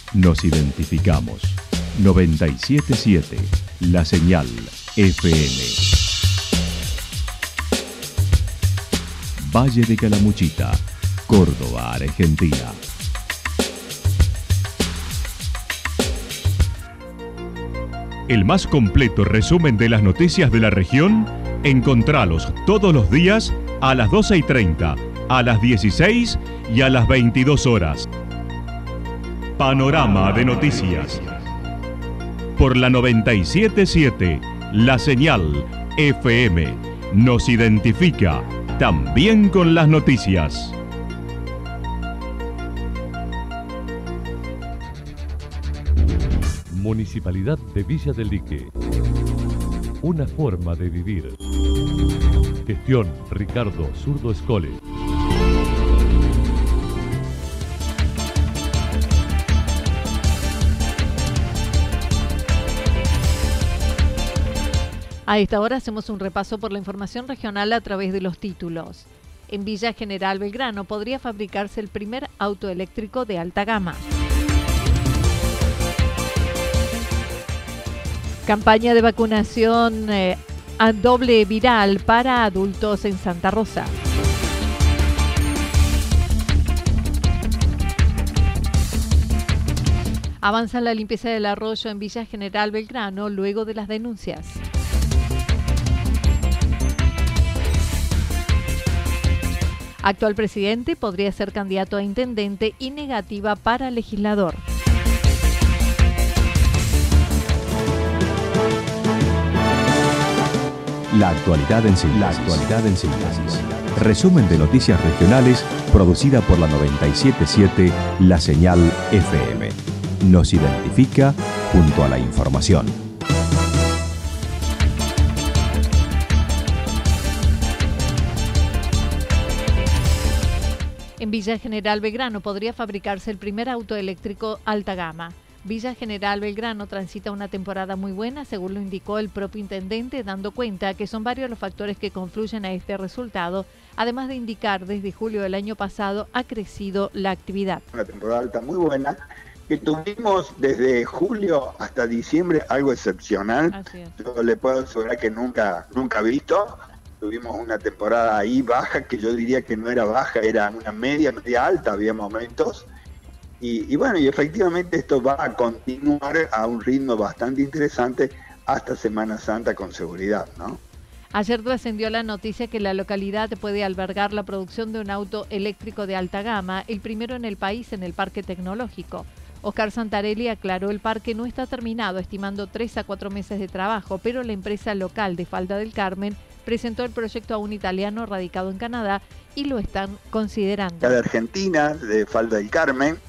Nos identificamos. 977 La Señal FM. Valle de Calamuchita, Córdoba, Argentina. El más completo resumen de las noticias de la región, encontralos todos los días a las 12:30, a las 16 y a las 22 horas. Panorama de Noticias. Por la 977, La Señal FM. Nos identifica también con las noticias. Municipalidad de Villa del Lique. Una forma de vivir. Gestión Ricardo Zurdo Escole. A esta hora hacemos un repaso por la información regional a través de los títulos. En Villa General Belgrano podría fabricarse el primer auto eléctrico de alta gama. Campaña de vacunación a doble viral para adultos en Santa Rosa. Avanza la limpieza del arroyo en Villa General Belgrano luego de las denuncias. Actual presidente podría ser candidato a intendente y negativa para legislador. La actualidad en síntesis. Resumen de noticias regionales producida por la 977 La Señal FM. Nos identifica junto a la información. En Villa General Belgrano podría fabricarse el primer auto eléctrico alta gama. Villa General Belgrano transita una temporada muy buena, según lo indicó el propio intendente, dando cuenta que son varios los factores que confluyen a este resultado, además de indicar desde julio del año pasado ha crecido la actividad. Una temporada alta muy buena, que tuvimos desde julio hasta diciembre, algo excepcional. Yo le puedo asegurar que nunca visto. Tuvimos una temporada ahí baja, que yo diría que no era baja, era una media alta, había momentos. Y bueno, y efectivamente esto va a continuar a un ritmo bastante interesante hasta Semana Santa con seguridad, ¿no? Ayer trascendió la noticia que la localidad puede albergar la producción de un auto eléctrico de alta gama, el primero en el país en el Parque Tecnológico. Oscar Santarelli aclaró el parque no está terminado, estimando 3 a 4 meses de trabajo, pero la empresa local de Falda del Carmen presentó el proyecto a un italiano radicado en Canadá y lo están considerando. De Argentina, de Falda del Carmen,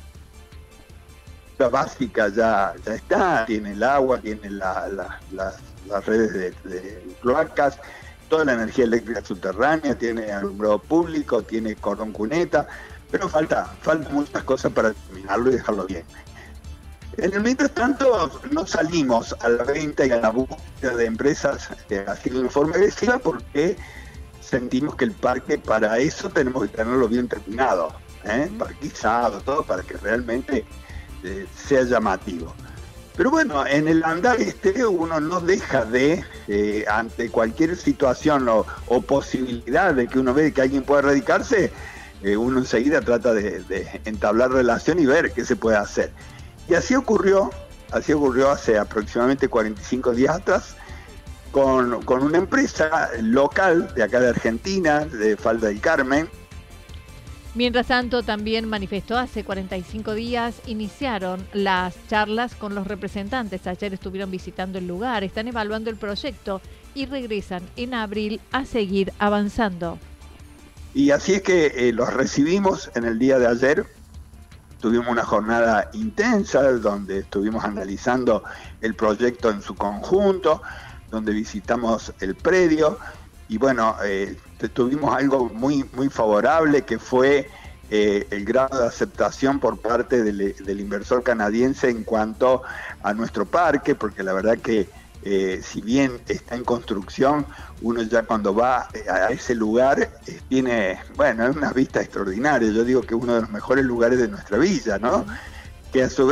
la básica ya está, tiene el agua, tiene las redes de cloacas, toda la energía eléctrica subterránea, tiene alumbrado público, tiene cordón cuneta, pero falta muchas cosas para terminarlo y dejarlo bien. En el mientras tanto, no salimos a la venta y a la búsqueda de empresas así de forma agresiva porque sentimos que el parque, para eso tenemos que tenerlo bien terminado, parquizado, todo para que realmente sea llamativo. Pero bueno, en el andar uno no deja de, ante cualquier situación o posibilidad de que uno ve que alguien pueda radicarse, uno enseguida trata de entablar relación y ver qué se puede hacer. Y así ocurrió hace aproximadamente 45 días atrás, con una empresa local de acá de Argentina, de Falda del Carmen. Mientras tanto, también manifestó hace 45 días, iniciaron las charlas con los representantes. Ayer estuvieron visitando el lugar, están evaluando el proyecto y regresan en abril a seguir avanzando. Y así es que los recibimos en el día de ayer. Tuvimos una jornada intensa donde estuvimos analizando el proyecto en su conjunto, donde visitamos el predio y bueno, tuvimos algo muy favorable que fue el grado de aceptación por parte del inversor canadiense en cuanto a nuestro parque, porque la verdad que si bien está en construcción, uno ya cuando va a ese lugar tiene, bueno, es una vista extraordinaria. Yo digo que es uno de los mejores lugares de nuestra villa, ¿no? Que a su vez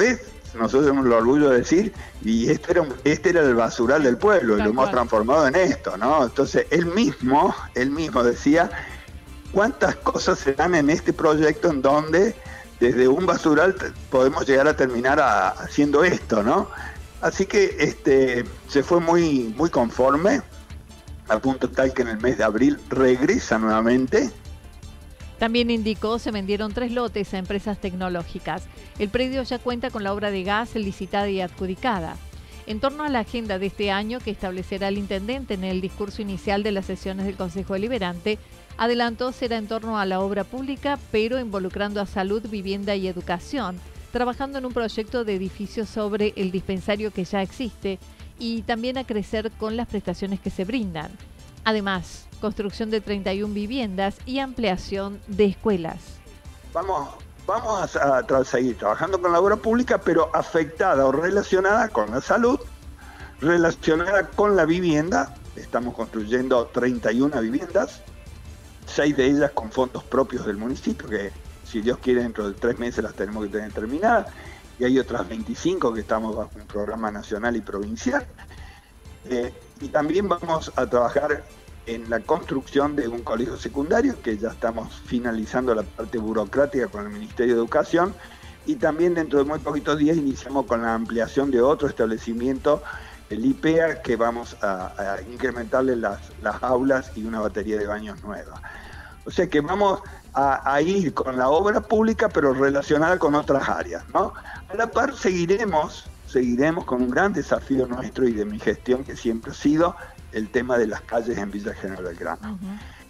nosotros tenemos el orgullo de decir, y este era el basural del pueblo, y lo hemos transformado en esto, ¿no? Entonces, él mismo decía, ¿cuántas cosas se dan en este proyecto en donde desde un basural podemos llegar a terminar haciendo esto, ¿no? Así que se fue muy, muy conforme, a punto tal que en el mes de abril regresa nuevamente. También indicó se vendieron 3 lotes a empresas tecnológicas. El predio ya cuenta con la obra de gas licitada y adjudicada. En torno a la agenda de este año que establecerá el intendente en el discurso inicial de las sesiones del Consejo Deliberante, adelantó será en torno a la obra pública, pero involucrando a salud, vivienda y educación, trabajando en un proyecto de edificio sobre el dispensario que ya existe y también a crecer con las prestaciones que se brindan. Además, construcción de 31 viviendas y ampliación de escuelas. Vamos a seguir trabajando con la obra pública, pero afectada o relacionada con la salud, relacionada con la vivienda. Estamos construyendo 31 viviendas, 6 de ellas con fondos propios del municipio, que si Dios quiere dentro de 3 meses las tenemos que tener terminadas, y hay otras 25 que estamos bajo un programa nacional y provincial. Y también vamos a trabajar en la construcción de un colegio secundario, que ya estamos finalizando la parte burocrática con el Ministerio de Educación, y también dentro de muy poquitos días iniciamos con la ampliación de otro establecimiento, el IPEA, que vamos a incrementarle las aulas y una batería de baños nueva. O sea que vamos a ir con la obra pública, pero relacionada con otras áreas, ¿no? A la par seguiremos con un gran desafío nuestro y de mi gestión, que siempre ha sido el tema de las calles en Villa General Belgrano.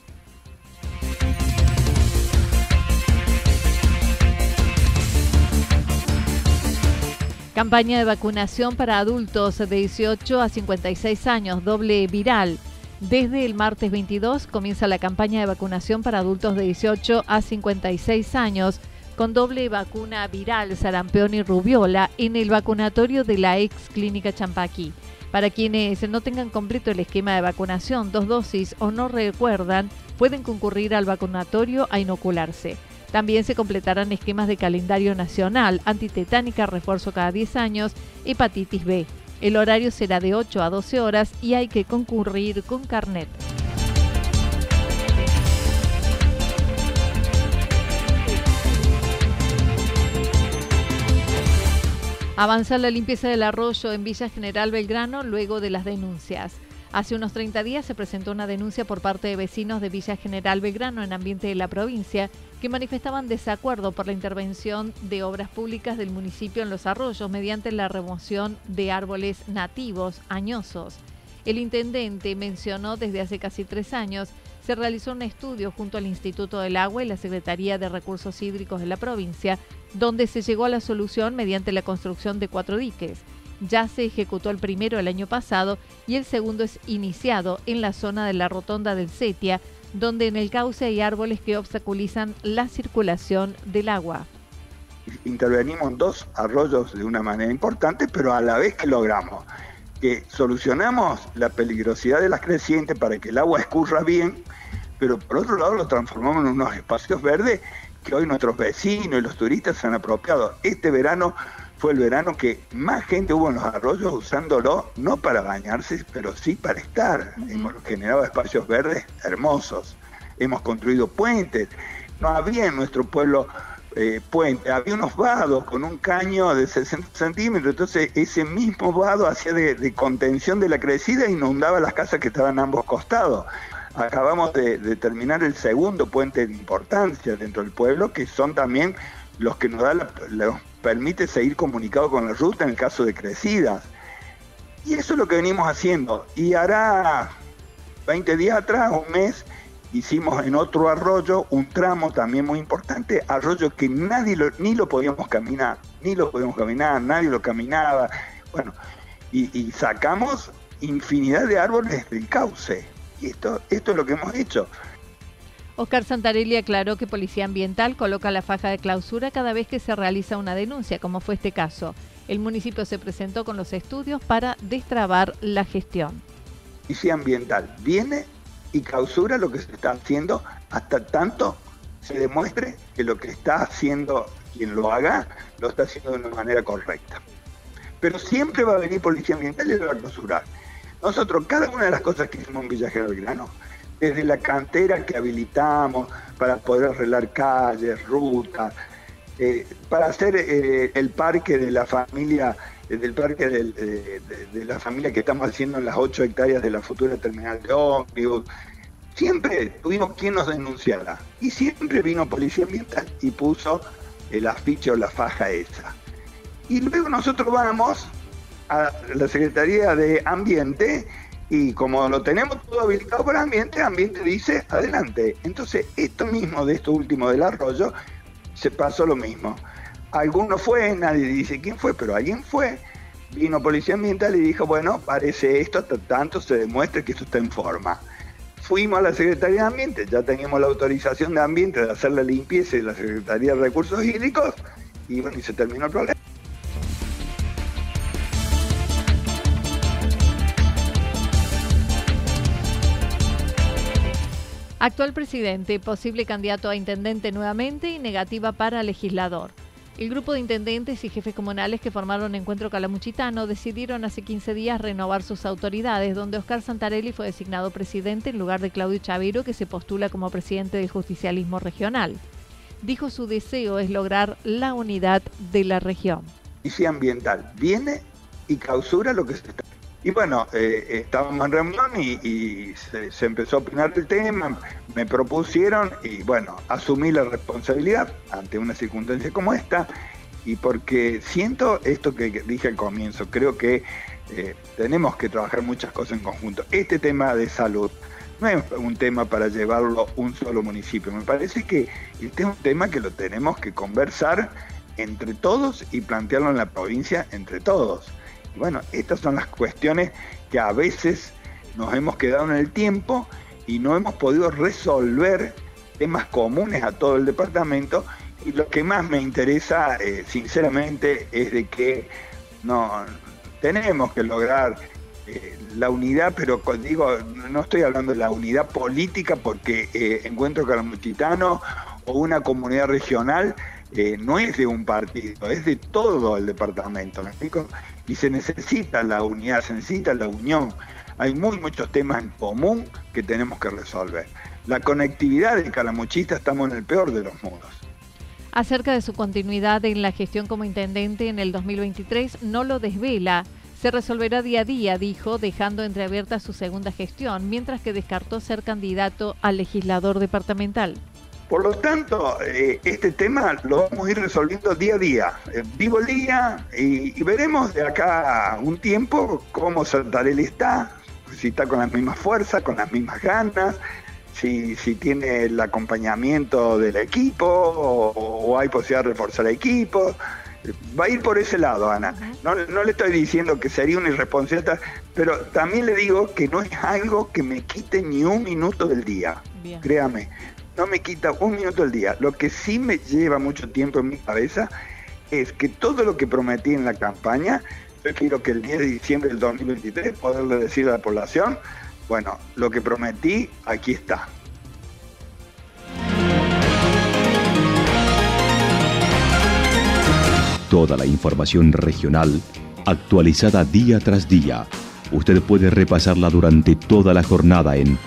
Campaña de vacunación para adultos de 18 a 56 años, doble viral. Desde el martes 22 comienza la campaña de vacunación para adultos de 18 a 56 años con doble vacuna viral, sarampión y rubiola en el vacunatorio de la ex clínica Champaquí. Para quienes no tengan completo el esquema de vacunación, 2 dosis o no recuerdan, pueden concurrir al vacunatorio a inocularse. También se completarán esquemas de calendario nacional, antitetánica, refuerzo cada 10 años, hepatitis B. El horario será de 8 a 12 horas y hay que concurrir con carnet. Avanza la limpieza del arroyo en Villa General Belgrano luego de las denuncias. Hace unos 30 días se presentó una denuncia por parte de vecinos de Villa General Belgrano en ambiente de la provincia que manifestaban desacuerdo por la intervención de obras públicas del municipio en los arroyos mediante la remoción de árboles nativos añosos. El intendente mencionó desde hace casi 3 años se realizó un estudio junto al Instituto del Agua y la Secretaría de Recursos Hídricos de la provincia, donde se llegó a la solución mediante la construcción de 4 diques. Ya se ejecutó el primero el año pasado y el segundo es iniciado en la zona de la rotonda del Setia, donde en el cauce hay árboles que obstaculizan la circulación del agua. Intervenimos en 2 arroyos de una manera importante, pero a la vez que logramos que solucionamos la peligrosidad de las crecientes para que el agua escurra bien, pero por otro lado lo transformamos en unos espacios verdes que hoy nuestros vecinos y los turistas se han apropiado. Este verano fue el verano que más gente hubo en los arroyos usándolo, no para bañarse, pero sí para estar. Hemos generado espacios verdes hermosos. Hemos construido puentes. No había en nuestro pueblo puente, había unos vados con un caño de 60 centímetros, entonces ese mismo vado hacía de contención de la crecida e inundaba las casas que estaban a ambos costados. Acabamos de terminar el segundo puente de importancia dentro del pueblo, que son también los que nos permite seguir comunicado con la ruta en el caso de crecidas. Y eso es lo que venimos haciendo. Y hará 20 días atrás, un mes, hicimos en otro arroyo un tramo también muy importante, arroyo que ni lo podíamos caminar, nadie lo caminaba. Bueno, y sacamos infinidad de árboles del cauce. Y esto es lo que hemos hecho. Oscar Santarelli aclaró que Policía Ambiental coloca la faja de clausura cada vez que se realiza una denuncia, como fue este caso. El municipio se presentó con los estudios para destrabar la gestión. Policía Ambiental viene y clausura lo que se está haciendo hasta tanto se demuestre que lo que está haciendo quien lo haga lo está haciendo de una manera correcta. Pero siempre va a venir policía ambiental y lo va a clausurar. Nosotros, cada una de las cosas que hicimos en Villa General Belgrano, desde la cantera que habilitamos para poder arreglar calles, rutas, para hacer el parque de la familia, de la familia que estamos haciendo en las 8 hectáreas de la futura terminal de ómnibus, siempre tuvimos quien nos denunciara. Y siempre vino policía ambiental y puso el afiche o la faja esa. Y luego nosotros vamos a la Secretaría de Ambiente y como lo tenemos todo habilitado por Ambiente, Ambiente dice adelante. Entonces esto mismo de esto último del arroyo se pasó lo mismo. Alguno fue, nadie dice quién fue, pero alguien fue, vino Policía Ambiental y dijo, bueno, parece esto, hasta tanto se demuestre que esto está en forma. Fuimos a la Secretaría de Ambiente, ya teníamos la autorización de Ambiente de hacer la limpieza y la Secretaría de Recursos Hídricos, y bueno, y se terminó el problema. Actual presidente, posible candidato a intendente nuevamente y negativa para legislador. El grupo de intendentes y jefes comunales que formaron Encuentro Calamuchitano decidieron hace 15 días renovar sus autoridades, donde Oscar Santarelli fue designado presidente en lugar de Claudio Chavero, que se postula como presidente del justicialismo regional. Dijo su deseo es lograr la unidad de la región. Policía Ambiental viene y clausura lo que se está. Y bueno, estábamos en reunión y se empezó a opinar del tema, me propusieron y bueno, asumí la responsabilidad ante una circunstancia como esta y porque siento esto que dije al comienzo, creo que tenemos que trabajar muchas cosas en conjunto. Este tema de salud no es un tema para llevarlo un solo municipio, me parece que este es un tema que lo tenemos que conversar entre todos y plantearlo en la provincia entre todos. Bueno, estas son las cuestiones que a veces nos hemos quedado en el tiempo y no hemos podido resolver temas comunes a todo el departamento y lo que más me interesa, sinceramente, es de que no tenemos que lograr la unidad, pero digo, no estoy hablando de la unidad política porque Encuentro Calamuchitano o una comunidad regional no es de un partido, es de todo el departamento, ¿me explico? Y se necesita la unidad, se necesita la unión. Hay muchos temas en común que tenemos que resolver. La conectividad de Calamuchita estamos en el peor de los mundos. Acerca de su continuidad en la gestión como intendente en el 2023, no lo desvela. Se resolverá día a día, dijo, dejando entreabierta su segunda gestión, mientras que descartó ser candidato a legislador departamental. Por lo tanto, este tema lo vamos a ir resolviendo día a día, vivo el día, y veremos de acá un tiempo cómo Santarelli está, si está con las mismas fuerzas, con las mismas ganas, si tiene el acompañamiento del equipo o hay posibilidad de reforzar el equipo. Va a ir por ese lado, Ana. No le estoy diciendo que sería una irresponsabilidad, pero también le digo que no es algo que me quite ni un minuto del día. Bien. Créame. No me quita un minuto al día. Lo que sí me lleva mucho tiempo en mi cabeza es que todo lo que prometí en la campaña, yo quiero que el 10 de diciembre del 2023 poderle decir a la población, bueno, lo que prometí, aquí está. Toda la información regional actualizada día tras día. Usted puede repasarla durante toda la jornada en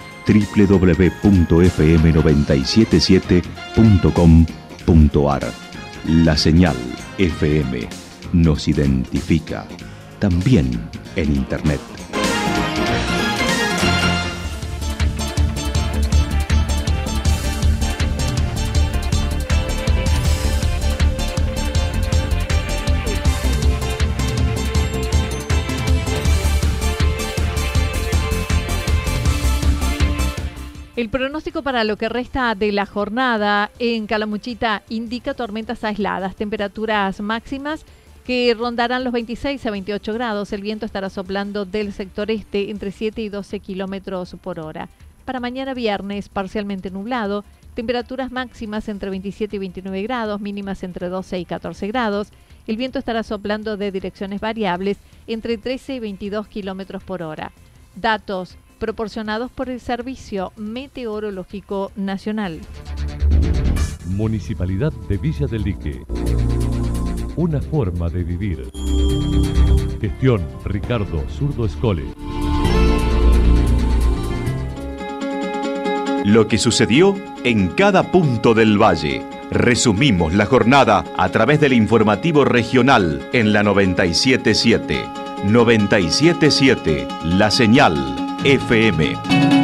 www.fm977.com.ar. La señal FM nos identifica también en Internet. El pronóstico para lo que resta de la jornada en Calamuchita indica tormentas aisladas, temperaturas máximas que rondarán los 26 a 28 grados. El viento estará soplando del sector este entre 7 y 12 kilómetros por hora. Para mañana viernes, parcialmente nublado, temperaturas máximas entre 27 y 29 grados, mínimas entre 12 y 14 grados. El viento estará soplando de direcciones variables entre 13 y 22 kilómetros por hora. Datos proporcionados por el Servicio Meteorológico Nacional. Municipalidad de Villa del Lique. una forma de vivir. Gestión Ricardo Zurdo Escole. Lo que sucedió en cada punto del valle. Resumimos la jornada a través del informativo regional en la 97.7. 97.7, La Señal FM.